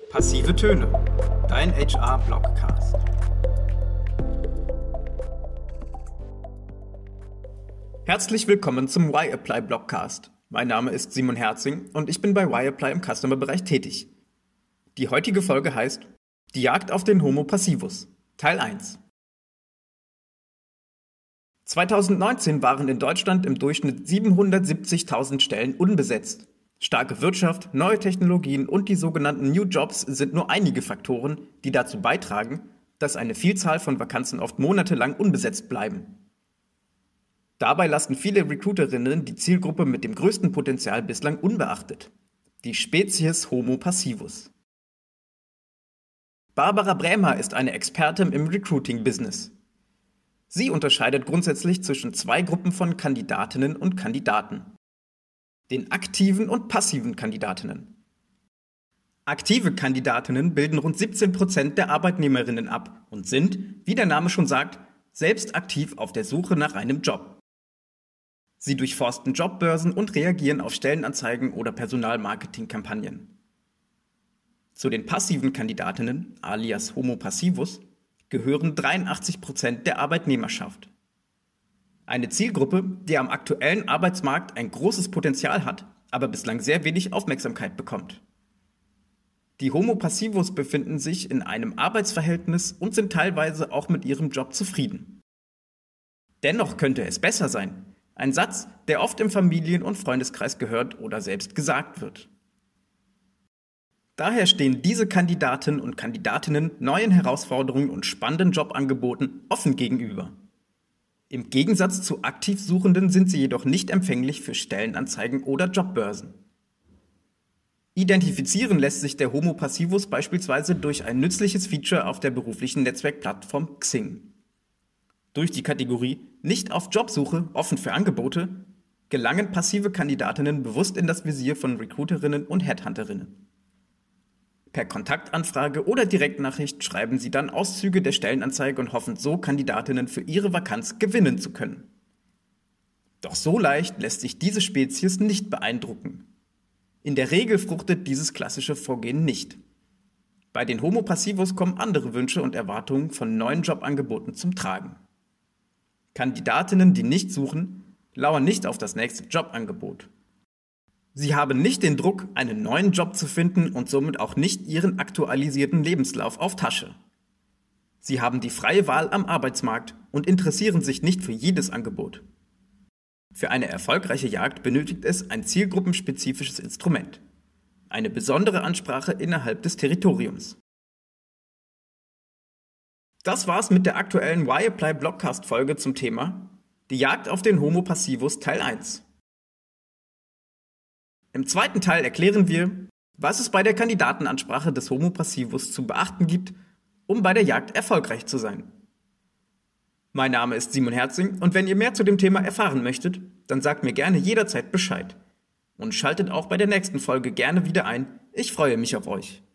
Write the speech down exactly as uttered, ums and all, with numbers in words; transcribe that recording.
Passive Töne, dein H R-Blogcast. Herzlich willkommen zum Y-Apply-Blogcast. Mein Name ist Simon Herzing und ich bin bei Y-Apply im Customer-Bereich tätig. Die heutige Folge heißt Die Jagd auf den Homo Passivus, Teil eins. zweitausendneunzehn waren in Deutschland im Durchschnitt siebenhundertsiebzigtausend Stellen unbesetzt. Starke Wirtschaft, neue Technologien und die sogenannten New Jobs sind nur einige Faktoren, die dazu beitragen, dass eine Vielzahl von Vakanzen oft monatelang unbesetzt bleiben. Dabei lassen viele Recruiterinnen die Zielgruppe mit dem größten Potenzial bislang unbeachtet: die Spezies Homo Passivus. Barbara Brämer ist eine Expertin im Recruiting-Business. Sie unterscheidet grundsätzlich zwischen zwei Gruppen von Kandidatinnen und Kandidaten: den aktiven und passiven Kandidatinnen. Aktive Kandidatinnen bilden rund siebzehn Prozent der Arbeitnehmerinnen ab und sind, wie der Name schon sagt, selbst aktiv auf der Suche nach einem Job. Sie durchforsten Jobbörsen und reagieren auf Stellenanzeigen oder Personalmarketingkampagnen. Zu den passiven Kandidatinnen, alias Homo Passivus, gehören dreiundachtzig Prozent der Arbeitnehmerschaft. Eine Zielgruppe, die am aktuellen Arbeitsmarkt ein großes Potenzial hat, aber bislang sehr wenig Aufmerksamkeit bekommt. Die Homo Passivus befinden sich in einem Arbeitsverhältnis und sind teilweise auch mit ihrem Job zufrieden. Dennoch könnte es besser sein. Ein Satz, der oft im Familien- und Freundeskreis gehört oder selbst gesagt wird. Daher stehen diese Kandidaten und Kandidatinnen neuen Herausforderungen und spannenden Jobangeboten offen gegenüber. Im Gegensatz zu aktiv Suchenden sind sie jedoch nicht empfänglich für Stellenanzeigen oder Jobbörsen. Identifizieren lässt sich der Homo Passivus beispielsweise durch ein nützliches Feature auf der beruflichen Netzwerkplattform Xing. Durch die Kategorie Nicht auf Jobsuche, offen für Angebote gelangen passive Kandidatinnen bewusst in das Visier von Recruiterinnen und Headhunterinnen. Per Kontaktanfrage oder Direktnachricht schreiben sie dann Auszüge der Stellenanzeige und hoffen so, Kandidatinnen für ihre Vakanz gewinnen zu können. Doch so leicht lässt sich diese Spezies nicht beeindrucken. In der Regel fruchtet dieses klassische Vorgehen nicht. Bei den Homo Passivus kommen andere Wünsche und Erwartungen von neuen Jobangeboten zum Tragen. Kandidatinnen, die nicht suchen, lauern nicht auf das nächste Jobangebot. Sie haben nicht den Druck, einen neuen Job zu finden und somit auch nicht ihren aktualisierten Lebenslauf auf Tasche. Sie haben die freie Wahl am Arbeitsmarkt und interessieren sich nicht für jedes Angebot. Für eine erfolgreiche Jagd benötigt es ein zielgruppenspezifisches Instrument, eine besondere Ansprache innerhalb des Territoriums. Das war's mit der aktuellen Y-Apply-Blogcast-Folge zum Thema Die Jagd auf den Homo Passivus Teil eins. Im zweiten Teil erklären wir, was es bei der Kandidatenansprache des Homo Passivus zu beachten gibt, um bei der Jagd erfolgreich zu sein. Mein Name ist Simon Herzing und wenn ihr mehr zu dem Thema erfahren möchtet, dann sagt mir gerne jederzeit Bescheid. Und schaltet auch bei der nächsten Folge gerne wieder ein. Ich freue mich auf euch.